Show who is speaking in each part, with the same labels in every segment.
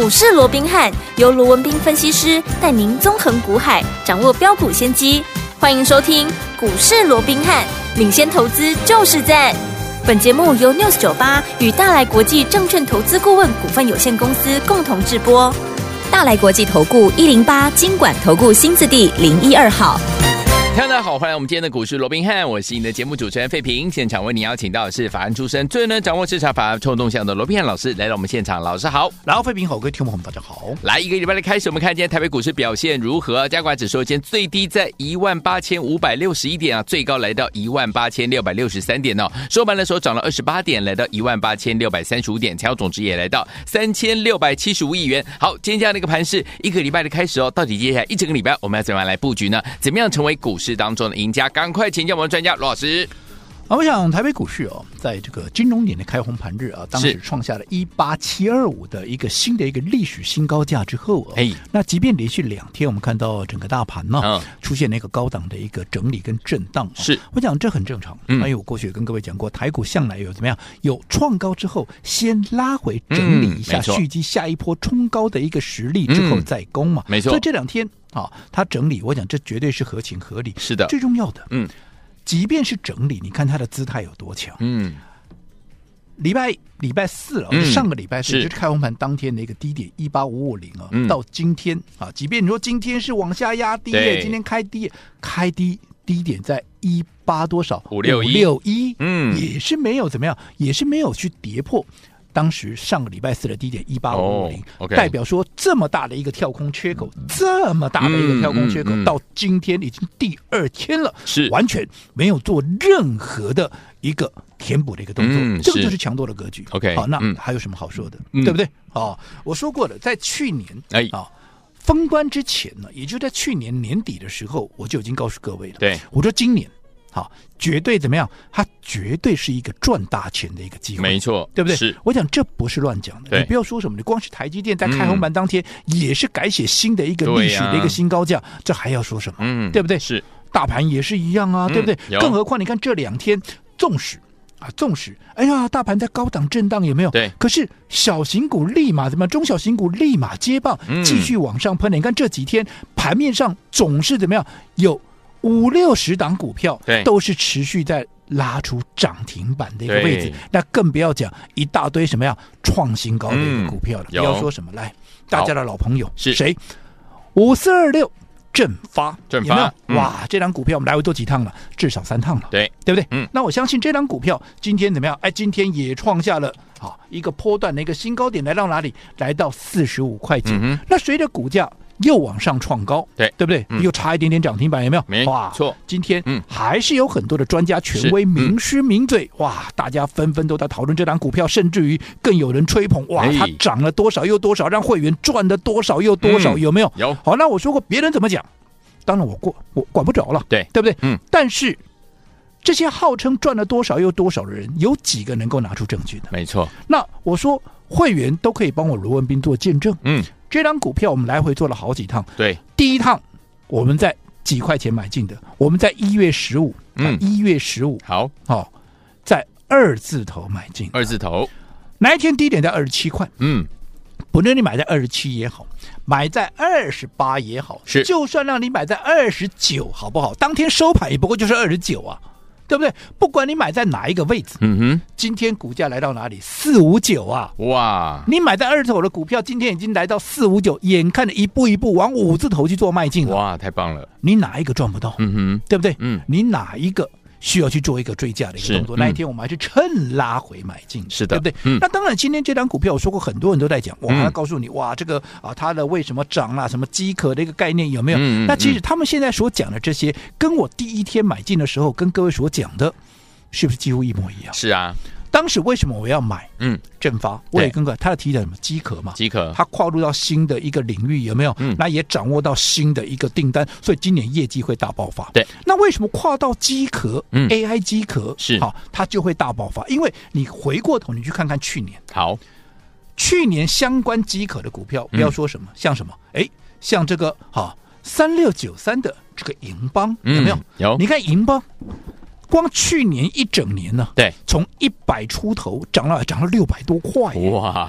Speaker 1: 股市罗宾汉由罗文彬分析师带您纵横股海，掌握标股先机。欢迎收听股市罗宾汉，领先投资就是赞。本节目由 News98 与大来国际证券投资顾问股份有限公司共同制播。大来国际投顾108金管投顾新字第012号。
Speaker 2: 大家好，欢迎我们今天的股市罗宾汉，我是你的节目主持人费平。现场为你邀请到的是法案出身、最能掌握市场法案臭动向的罗宾汉老师来到我们现场。老师好。
Speaker 3: 然后费平好，各位听众朋友们大家好。
Speaker 2: 来一个礼拜的开始，我们看今天台北股市表现如何？加权指数今天最低在18561点啊，最高来到18663点哦。收盘的时候涨了28点，来到18635点，成交总值也来到3675亿元。好，今天这样的一个盘势，一个礼拜的开始哦，到底接下来一整个礼拜我们要怎么样来布局呢？怎么样成为股市当中的赢家？赶快请教我们的专家罗老师。
Speaker 3: 我想台北股市在这个金融年的开红盘日当时创下了18725的一个新的一个历史新高价之后那即便连续2天我们看到整个大盘出现了一个高档的一个整理跟震荡
Speaker 2: 是
Speaker 3: 我讲这很正常因为我过去也跟各位讲过，台股向来有怎么样，有创高之后先拉回整理一下，蓄积下一波冲高的一个实力之后再攻嘛，
Speaker 2: 没错。
Speaker 3: 所以这2天它整理，我讲这绝对是合情合理。
Speaker 2: 是的，
Speaker 3: 最重要的即便是整理，你看它的姿态有多强。礼拜四了，上个礼拜四就是开红盘当天的一个低点18550到今天即便你说今天是往下压低今天开低点在18多少561也是没有怎么样，也是没有去跌破当时上个礼拜四的低点18550代表说这么大的一个跳空缺口，到今天已经第2天了，是完全没有做任何的一个填补的一个动作，这个就是强多的格局。好，那还有什么好说的，对不对？我说过了，在去年封关之前呢，也就在去年年底的时候，我就已经告诉各位了，对，我说今年绝对怎么样？它绝对是一个赚大钱的一个机会，没错，对不对？是，我讲这不是乱讲的，你不要说什么，你光是台积电在开红盘当天也是改写新的一个历史的一个新高价，这还要说什么？对不对？是，大盘也是一样啊，对不对？更何况你看这2天，纵使哎呀，大盘在高档震荡有没有？对，可是小型股立马怎么样？中小型股立马接棒，继续往上喷。你看这几天盘面上总是怎么样？有50-60档股票都是持续在拉出涨停板的一个位置，那更不要讲一大堆什么样创新高的一个股票了。不要说什么来，大家的老朋友是谁？5426正发有没有？哇，这档股票我们来回都几趟了，至少3趟了，对不对？那我相信这档股票今天怎么样？今天也创下了一个波段的一个新高点，来到哪里？来到45块钱。那随着股价又往上创高，对不对？又差一点点涨停板，有没有？没错，今天还是有很多的专家权威名师名嘴，哇，大家纷纷都在讨论这档股票，甚至于更有人吹捧，哇，它涨了多少又多少，让会员赚了多少又多少，有没有？有。好，那我说过别人怎么讲，当然我管不着了，对不对？但是这些号称赚了多少又多少的人，有几个能够拿出证据的？没错。那我说会员都可以帮我罗文彬做见证，这张股票我们来回做了好几趟。对，第一趟我们在几块钱买进的，我们在1月15，好，在2字头买进，2字头，那一天低点在27块，不论你买在27也好，买在28也好，就算让你买在29，好不好？当天收盘也不过就是29啊。对不对？不管你买在哪一个位置，今天股价来到哪里？459啊！哇！你买在2字头的股票，今天已经来到459，眼看着一步一步往5字头去做迈进了。哇，太棒了！你哪一个赚不到？对不对？你哪一个需要去做一个追加的一个动作？那一天我们还是趁拉回买进，是的，对不对？那当然，今天这张股票我说过，很多人都在讲，我还要告诉你，哇，这个它的为什么涨啊？什么饥渴的一个概念有没有？那其实他们现在所讲的这些，跟我第一天买进的时候跟各位所讲的，是不是几乎一模一样？是啊。当时为什么我要买正发？我也跟他的题材什么饥渴嘛，饥渴，他跨入到新的一个领域有没有？那也掌握到新的一个订单，所以今年业绩会大爆发。对，那为什么跨到饥渴？AI 饥渴是好，它就会大爆发，因为你回过头你去看看去年，好，去年相关饥渴的股票，不要说什么像什么，像这个3693的这个银邦有没有？有，你看银邦。光去年一整年呢，对，从100出头涨了600多块，哇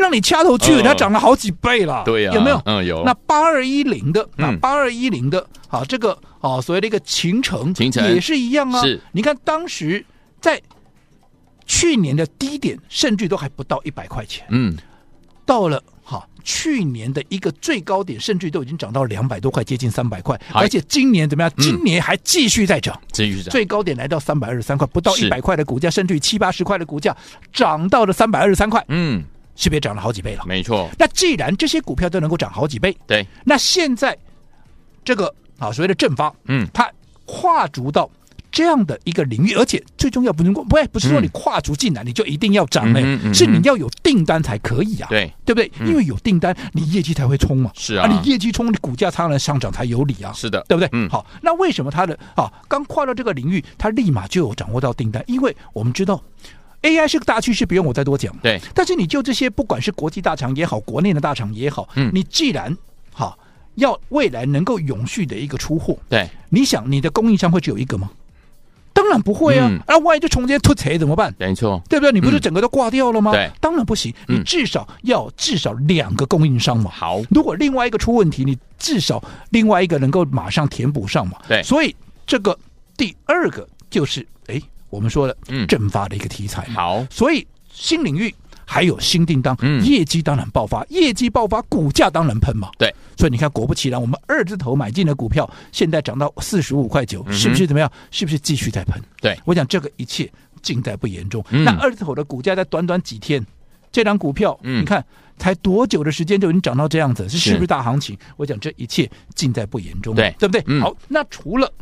Speaker 3: 让你掐头去尾，它涨了好几倍了。
Speaker 2: 对呀，
Speaker 3: 有没有？
Speaker 2: 有。
Speaker 3: 那8210的8210的，好，这个所谓的一个秦城也是一样啊。
Speaker 2: 是，
Speaker 3: 你看当时在去年的低点，甚至都还不到100块钱。到了去年的一个最高点，甚至都已经涨到200多块，接近300块，而且今年怎么样？今年还继续在涨，最高点来到323块，不到100块的股价，甚至于70-80块的股价，涨到了323块。是不是涨了好几倍了？
Speaker 2: 没错。
Speaker 3: 那既然这些股票都能够涨好几倍，
Speaker 2: 对，
Speaker 3: 那现在这个所谓的正发，它跨足到这样的一个领域，而且最重要不是说你跨足进来你就一定要涨是你要有订单才可以啊，
Speaker 2: 对
Speaker 3: 不对？因为有订单你业绩才会冲嘛，
Speaker 2: 是啊，
Speaker 3: 你业绩冲，你股价才能上涨才有理啊，
Speaker 2: 是的，
Speaker 3: 对不对？好，那为什么它的刚跨到这个领域，它立马就有掌握到订单？因为我们知道AI 是个大趋势，不用我再多讲。
Speaker 2: 对，
Speaker 3: 但是你就这些，不管是国际大厂也好，国内的大厂也好，你既然要未来能够永续的一个出货，
Speaker 2: 对，
Speaker 3: 你想你的供应商会只有一个吗？当然不会啊！万一就从这些突锤怎么办？
Speaker 2: 没错，
Speaker 3: 对不对？你不是整个都挂掉了吗？
Speaker 2: 对，
Speaker 3: 当然不行，你至少2个供应商嘛。
Speaker 2: 好，
Speaker 3: 如果另外一个出问题，你至少另外一个能够马上填补上嘛。
Speaker 2: 对，
Speaker 3: 所以这个第二个就是我们说的正发的一个题材嘛。
Speaker 2: 好，
Speaker 3: 所以新领域还有新订单，业绩当然爆发，业绩爆发，股价当然喷嘛。
Speaker 2: 对，
Speaker 3: 所以你看，果不其然，我们2字头买进的股票，现在涨到45.9块，是不是怎么样？是不是继续在喷？
Speaker 2: 对，
Speaker 3: 我讲这个一切尽在不言中。那2字头的股价在短短几天，这张股票，你看才多久的时间就已经涨到这样子，是不是大行情？我讲这一切尽在不言中，对不对？好，那除了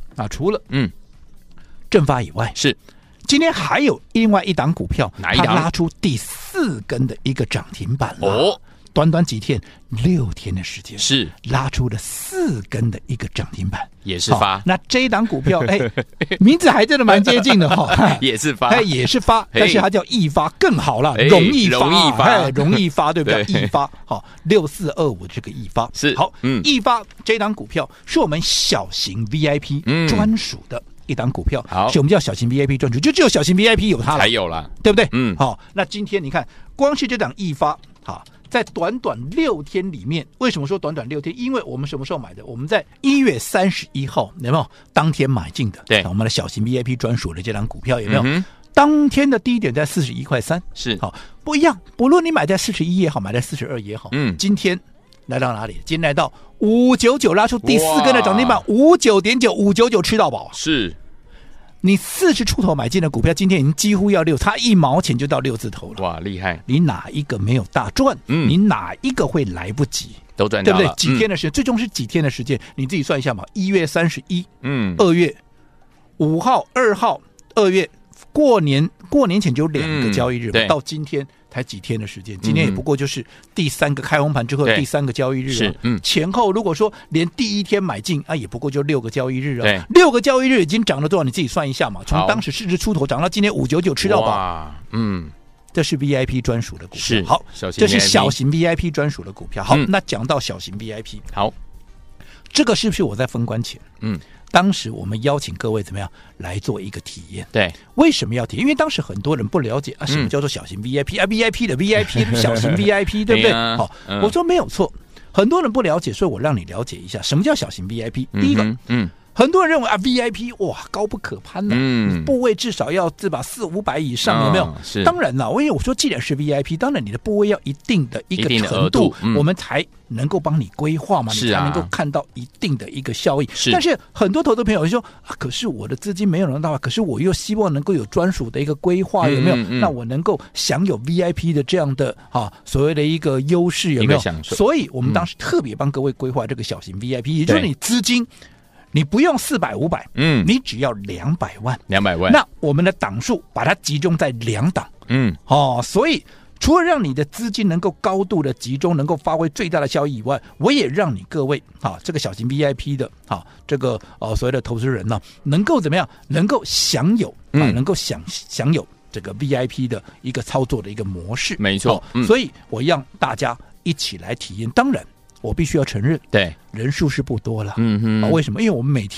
Speaker 3: 正发以外，
Speaker 2: 是。
Speaker 3: 今天还有另外一档股票，
Speaker 2: 哪一档？
Speaker 3: 它拉出第4根的一个涨停板了。短短几天，6天的时间，
Speaker 2: 是
Speaker 3: 拉出了4根的一个涨停板，
Speaker 2: 也是发。
Speaker 3: 那这一档股票，名字还真的蛮接近的
Speaker 2: 也是发，
Speaker 3: 也是发，但是它叫易发，更好了，容易发，对不对？易发，好，6425这个易发
Speaker 2: 是
Speaker 3: 好，易发这一档股票是我们小型 VIP 专属的。一档股票，
Speaker 2: 好，
Speaker 3: 所以我们叫小型 VIP 专属，就只有小型 VIP 有它了，
Speaker 2: 才有了，
Speaker 3: 对不对？好，那今天你看，光是这档易发，在短短6天里面，为什么说短短6天？因为我们什么时候买的？我们在1月31号，有没有当天买进的？
Speaker 2: 对，
Speaker 3: 我们的小型 VIP 专属的这档股票有没有？当天的低点在41.3块，
Speaker 2: 是
Speaker 3: 好不一样。不论你买在41也好，买在42也好，今天来到哪里？今天来到599，拉出第4根的涨停板，59.9，599吃到饱，
Speaker 2: 是。
Speaker 3: 你40出头买进的股票，今天已经几乎要6，差1毛钱就到6字头了。
Speaker 2: 哇，厉害！
Speaker 3: 你哪一个没有大赚？你哪一个会来不及？
Speaker 2: 都赚掉了，
Speaker 3: 对不对？几天的时间，最终是几天的时间？你自己算一下嘛。1月31，2月5号、2号，2月过年前就有2个交易日嘛，到今天才几天的时间，今天也不过就是第3个开红盘之后的第3个交易日
Speaker 2: 是
Speaker 3: 前后如果说连第1天买进也不过就6个交易日啊，6个交易日已经涨了多少？你自己算一下嘛。从当时40出头涨到今天599吃到饱，这是 VIP 专属的股票。
Speaker 2: 是
Speaker 3: 好，这是小型 VIP 专属的股票。好，那讲到小型 VIP，
Speaker 2: 好，
Speaker 3: 这个是不是我在封关前？当时我们邀请各位怎么样来做一个体验？
Speaker 2: 对，
Speaker 3: 为什么要体验？因为当时很多人不了解什么叫做小型 VIP VIP 的 VIP 小型 VIP， 对不对？好，我说没有错，很多人不了解，所以我让你了解一下什么叫小型 VIP。第一个，很多人认为VIP 哇高不可攀了，部位至少要400、500以上，有没有？
Speaker 2: 是，
Speaker 3: 当然了，因为我说既然是 VIP， 当然你的部位要一定的一个程度，我们才能够帮你规划嘛，你才能够看到一定的一个效益。但是很多投资朋友就说可是我的资金没有那么大，可是我又希望能够有专属的一个规划，有没有？那我能够享有 VIP 的这样的所谓的一个优势，有没有？所以我们当时特别帮各位规划这个小型 VIP， 也就是你资金。你不用400、500，你只要200万
Speaker 2: ，200万。
Speaker 3: 那我们的档数把它集中在2档，所以除了让你的资金能够高度的集中，能够发挥最大的效益以外，我也让你各位这个小型 VIP 的这个所谓的投资人呢，能够怎么样？能够享有能够享有这个 VIP 的一个操作的一个模式。
Speaker 2: 没错，
Speaker 3: 所以我让大家一起来体验。当然。我必须要承认，
Speaker 2: 对，
Speaker 3: 人数是不多了。
Speaker 2: 为
Speaker 3: 什么？因为我们每天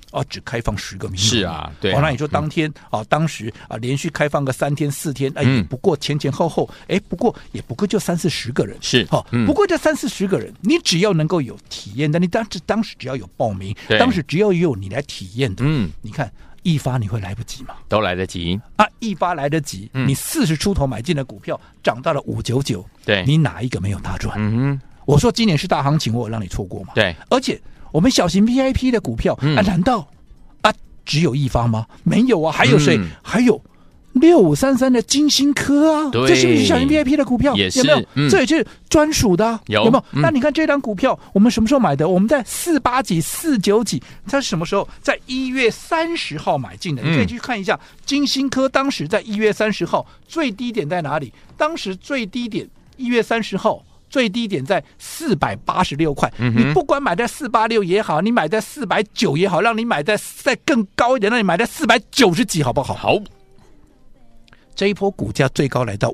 Speaker 3: 只开放10个名额。
Speaker 2: 是啊，对
Speaker 3: 那你说当天当时连续开放个3天4天，也不过前后后，不过就30-40个人。
Speaker 2: 是，
Speaker 3: 不过这30-40个人，你只要能够有体验的，你当时只要有报名，当时只要有你来体验的，你看一发你会来不及吗？
Speaker 2: 都来得及
Speaker 3: 一发来得及，你40出头买进的股票涨到了599，
Speaker 2: 对，
Speaker 3: 你哪一个没有大赚？我说今年是大行情，我有让你错过吗？
Speaker 2: 对，
Speaker 3: 而且我们小型 VIP 的股票难道只有一发吗？没有啊，还有谁？还有6533的金星科啊，这是不是小型 VIP 的股票？
Speaker 2: 也是，
Speaker 3: 有没有？这也是专属的，有没有？那你看这张股票，我们什么时候买的？我们在48几、49几，它是什么时候？在1月30号买进的。你可以去看一下金星科，当时在1月30号最低点在哪里？当时最低点1月30号。最低点在486块，你不管买在486也好，你买在490也好，让你买在再更高一点，让你买在490几，好不好？
Speaker 2: 好。
Speaker 3: 这一波股价最高来到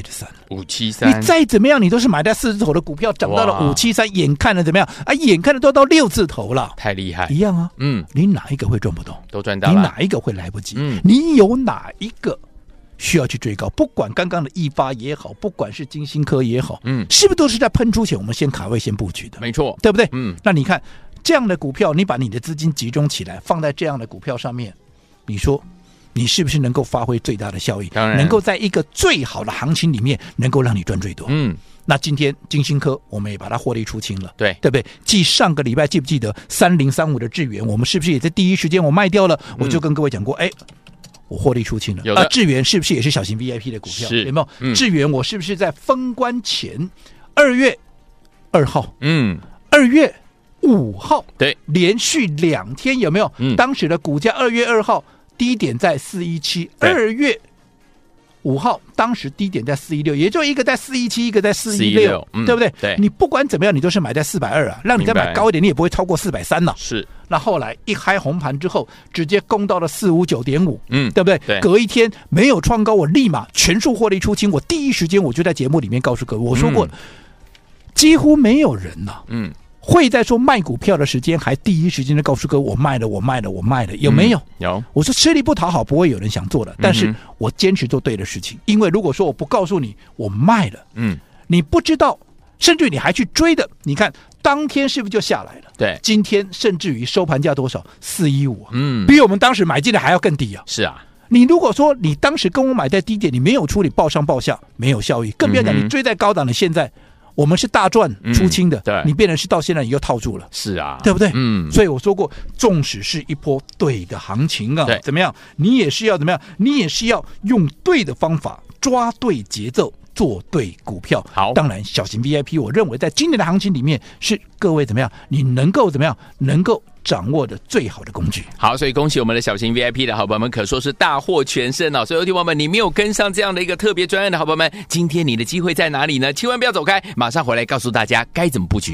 Speaker 2: 573，
Speaker 3: 你再怎么样，你都是买在4字头的股票，涨到了573，眼看着怎么样眼看着都到6字头了，
Speaker 2: 太厉害，
Speaker 3: 一样啊。你哪一个会赚不动？
Speaker 2: 都赚到了。
Speaker 3: 你哪一个会来不及？你有哪一个需要去追高？不管刚刚的一发也好，不管是金星科也好，是不是都是在喷出前我们先卡位先布局的？
Speaker 2: 没错，
Speaker 3: 对不对？那你看这样的股票，你把你的资金集中起来，放在这样的股票上面，你说你是不是能够发挥最大的效益？能够在一个最好的行情里面，能够让你赚最多。那今天金星科我们也把它获利出清了，对不对？继上个礼拜记不记得3035的智原，我们是不是也在第一时间我卖掉了？我就跟各位讲过，我获利出清了。智原是不是也是小型 VIP 的股票？有没有？智原我是不是在封关前2月2号2月5号
Speaker 2: 对，
Speaker 3: 连续2天有没有？当时的股价2月2号低点在417，2月5号当时低点在416，也就一个在417，一个在416，对不对？
Speaker 2: 对，
Speaker 3: 你不管怎么样，你都是买在420啊，让你再买高一点，你也不会超过430了。
Speaker 2: 是。
Speaker 3: 那后来一开红盘之后，直接攻到了459.5，对不对？
Speaker 2: 对。
Speaker 3: 隔一天没有创高，我立马全数获利出清。我第一时间我就在节目里面告诉各位，我说过，几乎没有人呐，会在说卖股票的时间还第一时间的告诉各位我卖了，有没有？
Speaker 2: 有。
Speaker 3: 我说吃力不讨好，不会有人想做的，但是我坚持做对的事情。因为如果说我不告诉你我卖了，你不知道，甚至你还去追的，你看当天是不是就下来了？
Speaker 2: 对，
Speaker 3: 今天甚至于收盘价多少？415，比我们当时买进的还要更低啊！
Speaker 2: 是啊，
Speaker 3: 你如果说你当时跟我买在低点，你没有处理报上报下，没有效益，更不要讲你追在高档的，现在我们是大赚出清的，
Speaker 2: 对，
Speaker 3: 你变成是到现在你又套住了，
Speaker 2: 是啊，
Speaker 3: 对不对？所以我说过，纵使是一波对的行情啊，怎么样？你也是要怎么样？你也是要用对的方法，抓对节奏。做对股票，
Speaker 2: 好，
Speaker 3: 当然小型 VIP 我认为在今年的行情里面是各位怎么样，你能够怎么样，能够掌握的最好的工具。
Speaker 2: 好，所以恭喜我们的小型 VIP 的好朋友们，可说是大获全胜哦。所以有听众朋友们，你没有跟上这样的一个特别专案的好朋友们，今天你的机会在哪里呢？千万不要走开，马上回来告诉大家该怎么布局。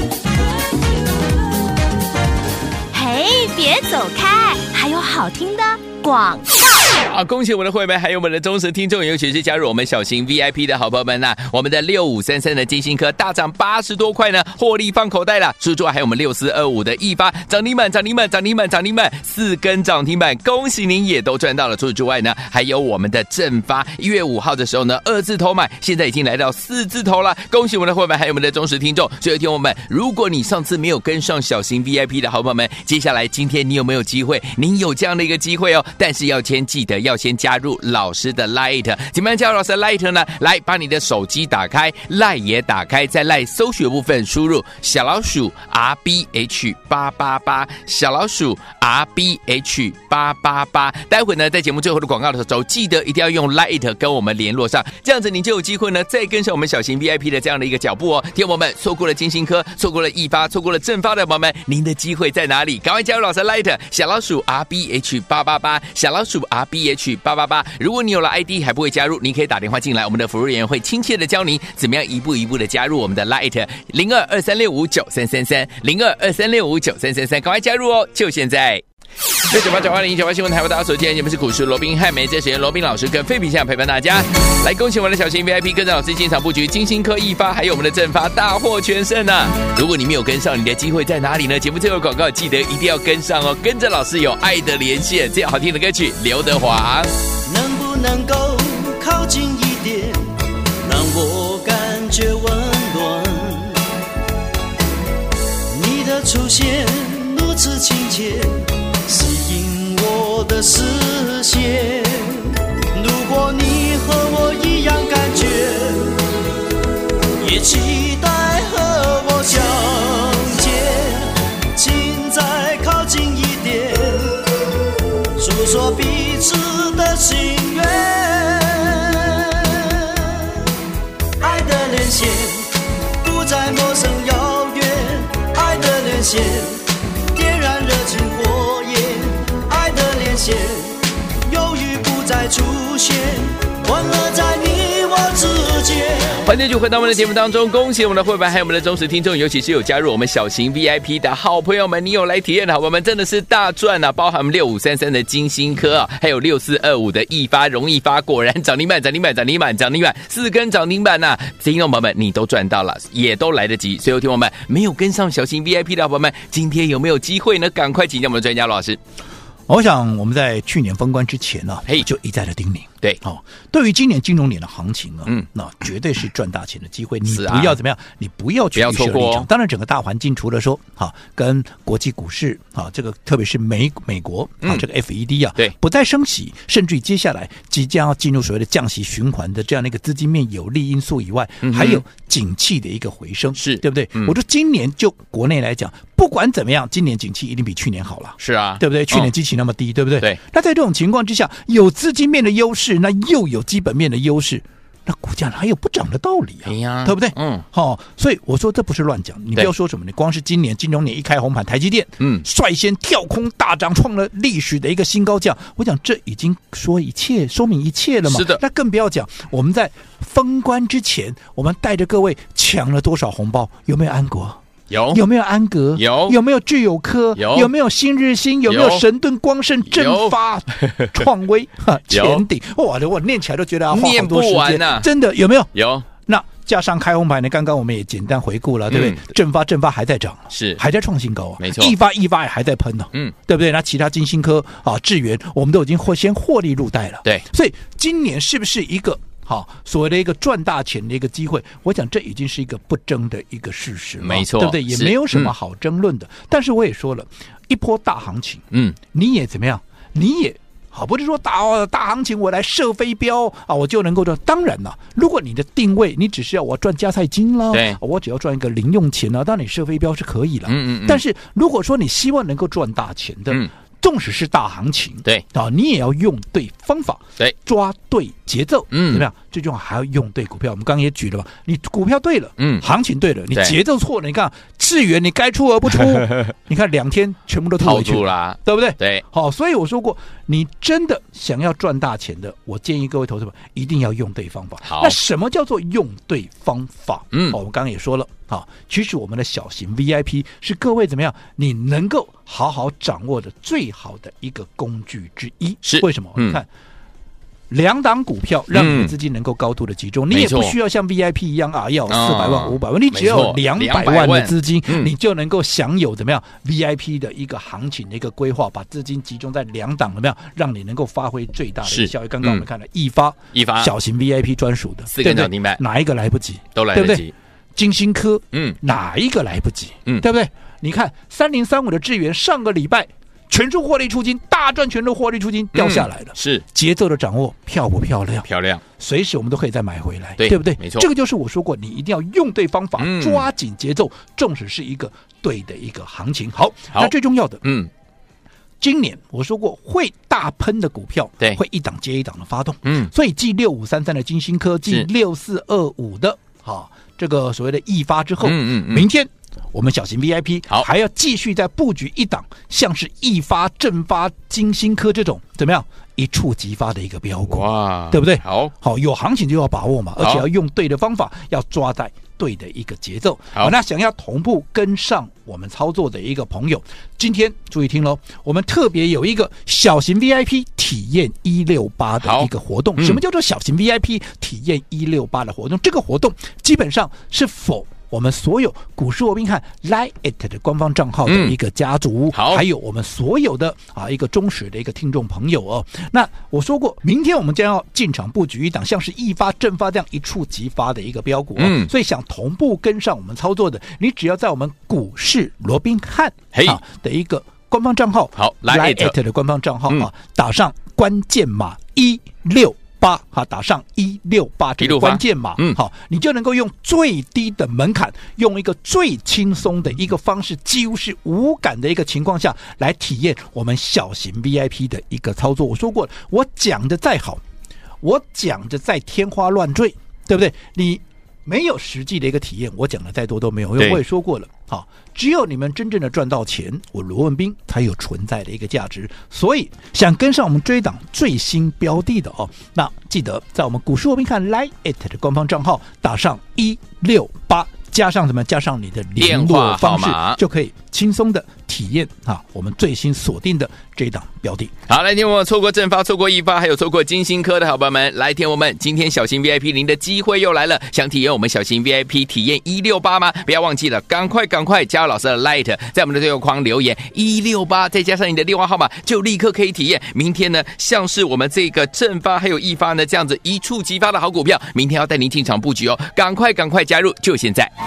Speaker 1: 嘿，别走开，还有好听的广告。
Speaker 2: 好，恭喜我们的会员还有我们的忠实听众，尤其是加入我们小型 VIP 的好朋友们呐！我们的6533的金星科大涨80多块呢，获利放口袋了。除此之外，还有我们6425的易发涨停板，4根涨停板，恭喜您也都赚到了。除此之外呢，还有我们的正发，1月5号的时候呢，2字头买，现在已经来到4字头了。恭喜我们的会员还有我们的忠实听众。所以听我们，如果你上次没有跟上小型 VIP 的好朋友们，接下来今天你有没有机会？您有这样的一个机会哦，但是要记得要先加入老师的 Lite， 怎么样加入老师的 Lite 呢？来，把你的手机打开 ，Lite 也打开，在 Lite 搜寻部分输入小老鼠 RBH888， 小老鼠 RBH888。待会呢，在节目最后的广告的时候，记得一定要用 Lite 跟我们联络上，这样子你就有机会呢，再跟上我们小型 VIP 的这样的一个脚步哦。听我们错过了金星科，错过了易发，错过了正发的朋友们，您的机会在哪里？赶快加入老师的 Lite， 小老鼠 RBH888， 小老鼠 RBH888。如果你有了 ID 还不会加入，你可以打电话进来，我们的服务人员会亲切的教你怎么样一步一步的加入我们的 Lite 0223659333 0223659333，赶快加入哦，就现在。 698-981-98新闻台，我大家所见，你们是股市罗宾汉，每这时间罗宾老师跟废品相陪伴大家，来恭喜我们的小型 VIP 跟着老师进场布局金星科、易发，还有我们的正发大获全胜啊！如果你没有跟上，你的机会在哪里呢？节目最后广告记得一定要跟上哦，跟着老师有爱的连线，这样好听的歌曲，刘德华。
Speaker 4: 能不能够靠近一点，让我感觉温暖？你的出现如此亲切，吸引我的视线。如果你和我一样感觉，也期待和我相见，请再靠近一点，诉说彼此的心愿。爱的连线不再陌生遥远，爱的连线点燃热情火焰，爱的连线犹豫不再出现，温热在你我之间。
Speaker 2: 欢迎继续回到我们的节目当中，恭喜我们的会员还有我们的忠实听众，尤其是有加入我们小型 VIP 的好朋友们，你有来体验的好朋友们真的是大赚啊！包含我们6533的金星科啊，还有6425的易发、容易发，果然涨停板，4根涨停板啊！听众朋友们，你都赚到了，也都来得及。所以，听众朋友们没有跟上小型 VIP 的好朋友们，今天有没有机会呢？赶快请教我们的专家罗老师。
Speaker 3: 我想我们在去年封关之前呢，就一再的叮咛，
Speaker 2: 对，
Speaker 3: 对于今年金融年的行情啊，那绝对是赚大钱的机会，你不要怎么样，你不要去预设立场。当然，整个大环境除了说跟国际股市这个特别是美国这个 FED
Speaker 2: 对，
Speaker 3: 不再升息，甚至于接下来即将要进入所谓的降息循环的这样的一个资金面有利因素以外，还有景气的一个回升，
Speaker 2: 是
Speaker 3: 对不对？我说今年就国内来讲，不管怎么样，今年景气一定比去年好了，
Speaker 2: 是啊，
Speaker 3: 对不对？去年基期那么低，对不对？
Speaker 2: 对。
Speaker 3: 那在这种情况之下，有资金面的优势，那又有基本面的优势，那股价哪有不涨的道理啊？对不对？所以我说这不是乱讲，你不要说什么，你光是今年金融年一开红盘，台积电率先跳空大涨，创了历史的一个新高价，我讲这已经说明一切了嘛。
Speaker 2: 是的，
Speaker 3: 那更不要讲我们在封关之前，我们带着各位抢了多少红包，有没有安国？有没有安格？有没有智友科？有没有新日新？有没有神盾光盛、正发、创威、前顶？哇，我念起来都觉得要花好多时间啊！真的有没有？
Speaker 2: 有。
Speaker 3: 那加上开红盘呢？刚刚我们也简单回顾了，对不对？正发还在涨，
Speaker 2: 是
Speaker 3: 还在创新高啊，
Speaker 2: 没错。
Speaker 3: 易发也还在喷呢，对不对？那其他金星科智原，我们都已经先获利入袋了，
Speaker 2: 对。
Speaker 3: 所以今年是不是一个所谓的一个赚大钱的一个机会，我讲这已经是一个不争的一个事实，
Speaker 2: 没错，
Speaker 3: 对不对？也没有什么好争论的。但是我也说了，一波大行情，你也怎么样？你也不是说大行情我来射飞镖我就能够赚。当然了，如果你的定位你只是要我赚加菜金啦，
Speaker 2: 对，
Speaker 3: 我只要赚一个零用钱当然你射飞镖是可以了。但是如果说你希望能够赚大钱的，纵使是大行情，
Speaker 2: 对
Speaker 3: 你也要用对方法，
Speaker 2: 对，抓
Speaker 3: 对节奏，怎么样？最重要还要用对股票。我们刚刚也举了吧，你股票对了，行情对了，你节奏错了，你看智原你该出而不出，你看2天全部都吐回去
Speaker 2: 了，
Speaker 3: 对不对？
Speaker 2: 对，
Speaker 3: 所以我说过，你真的想要赚大钱的，我建议各位投资者一定要用对方法。那什么叫做用对方法？我们刚刚也说了。其实我们的小型 VIP 是各位怎么样，你能够好好掌握的最好的一个工具之一。
Speaker 2: 是
Speaker 3: 为什么？你看2档股票让你的资金能够高度的集中，你也不需要像 VIP 一样要有400万、500万，你只要有200万的资金，你就能够享有怎么样 VIP 的一个行情的一个规划，把资金集中在2档怎么样，让你能够发挥最大的一个效益。刚刚我们看了易发小型 VIP 专属的
Speaker 2: 4根涨停板，
Speaker 3: 哪一个来不及？
Speaker 2: 都来得及。
Speaker 3: 对不对？金星科，哪一个来不及？对不对？你看3035的智原上个礼拜全数获利出金，大赚全数获利出金，掉下来了。
Speaker 2: 是
Speaker 3: 节奏的掌握漂不漂亮？
Speaker 2: 漂亮，
Speaker 3: 随时我们都可以再买回来，对不对？
Speaker 2: 没错，
Speaker 3: 这个就是我说过，你一定要用对方法，抓紧节奏，纵使是一个对的一个行情。好，那最重要的，今年我说过会大喷的股票，对，会一档接一档的发动。所以继6533的金星科，继6425的这个所谓的易发之后，明天我们小型 VIP 还要继续再布局一档像是易发、正发、金星科这种怎么样一触即发的一个标股，哇，对不对？好，有行情就要把握嘛，而且要用对的方法，要抓在对的一个节奏。好，那想要同步跟上我们操作的一个朋友，今天注意听咯，我们特别有一个小型 VIP 体验168的一个活动。什么叫做小型 VIP 体验168的活动？这个活动基本上是否我们所有股市罗宾汉 Line@ 的官方账号的一个家族，还有我们所有的一个忠实的一个听众朋友哦。那我说过，明天我们将要进场布局一档像是易发、正发这样一触即发的一个标股所以想同步跟上我们操作的，你只要在我们股市罗宾汉的一个官方账号，好 Line@ 的官方账号打上关键码168。打上168这个关键码，好，你就能够用最低的门槛，用一个最轻松的一个方式，几乎是无感的一个情况下来体验我们小型 VIP 的一个操作。我说过了，我讲的再好，我讲的再天花乱坠，对不对？你没有实际的一个体验，我讲的再多都没有用。我也说过了，只有你们真正的赚到钱，我罗文彬才有存在的一个价值。所以想跟上我们追档最新标的的那记得在我们股市罗宾汉 Line@ 的官方账号打上168，加上什么？加上你的联络方式，就可以轻松的体验我们最新锁定的这一档标的。
Speaker 2: 好，来听我们错过正发、错过易发，还有错过金星科的好朋友们，来听我们今天小型 VIP 您的机会又来了。想体验我们小型 VIP 体验168吗？不要忘记了，赶快加入老师的 Light， 在我们的对话框留言168，再加上你的电话号码，就立刻可以体验。明天呢，像是我们这个正发还有易发呢这样子一触即发的好股票，明天要带您进场布局哦，赶快加入，就现在。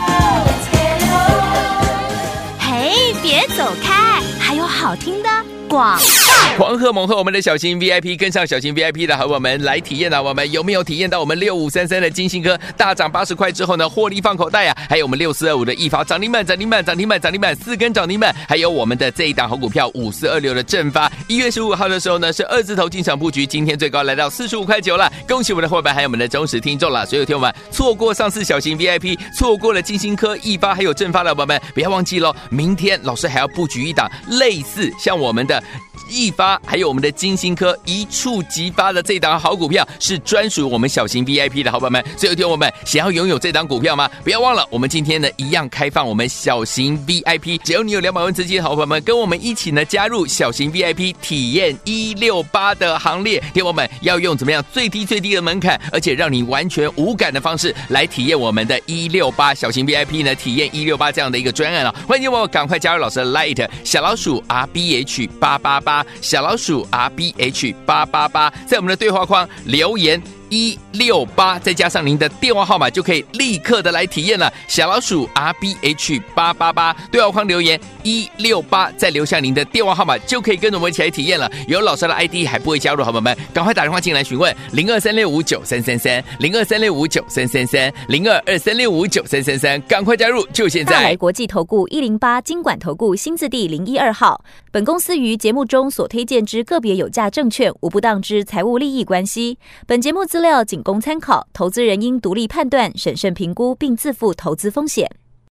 Speaker 1: 嘿，别走开，还有好听的广告。
Speaker 2: 狂贺猛贺我们的小型 VIP， 跟上小型 VIP 的好朋友们来体验我们有没有体验到我们6533的金星科大涨80块之后呢，获利放口袋还有我们6425的易发涨停板4根涨停板，还有我们的这一档好股票5426的正发，1月15号的时候呢是2字头进场布局，今天最高来到45块9了，恭喜我们的伙伴还有我们的忠实听众了。所有听众们错过上次小型 VIP， 错过了金星科、易发还有正发的伙伴们，不要忘记了，明天老师还要布局一档类似像我们的易发还有我们的金星科一触即发的这档好股票，是专属我们小型 VIP 的好朋友们。所以听我们想要拥有这档股票吗？不要忘了，我们今天呢一样开放我们小型 VIP， 只要你有200万资金的好朋友们，跟我们一起呢加入小型 VIP 体验168的行列。听我们要用怎么样最低的门槛，而且让你完全无感的方式来体验我们的168小型 VIP 呢体验168这样的一个专案欢迎我赶快加入老师的 Light 小老鼠 RBH888，小老鼠 RBH888， 在我们的对话框留言168，再加上您的电话号码，就可以立刻的来体验了。小老鼠 RBH888， 对话框留言168，再留下您的电话号码，就可以跟着我们一起来体验了。有老师的 ID 还不会加入，好朋友们赶快打电话进来询问0236593333 0236593333 0223659333，赶快加入，就现在。
Speaker 1: 大来国际投顾108金管投顾新字第012号。本公司于节目中所推荐之个别有价证券，无不当之财务利益关系。本节目资料仅供参考，投资人应独立判断、审慎评估，并自负投资风险。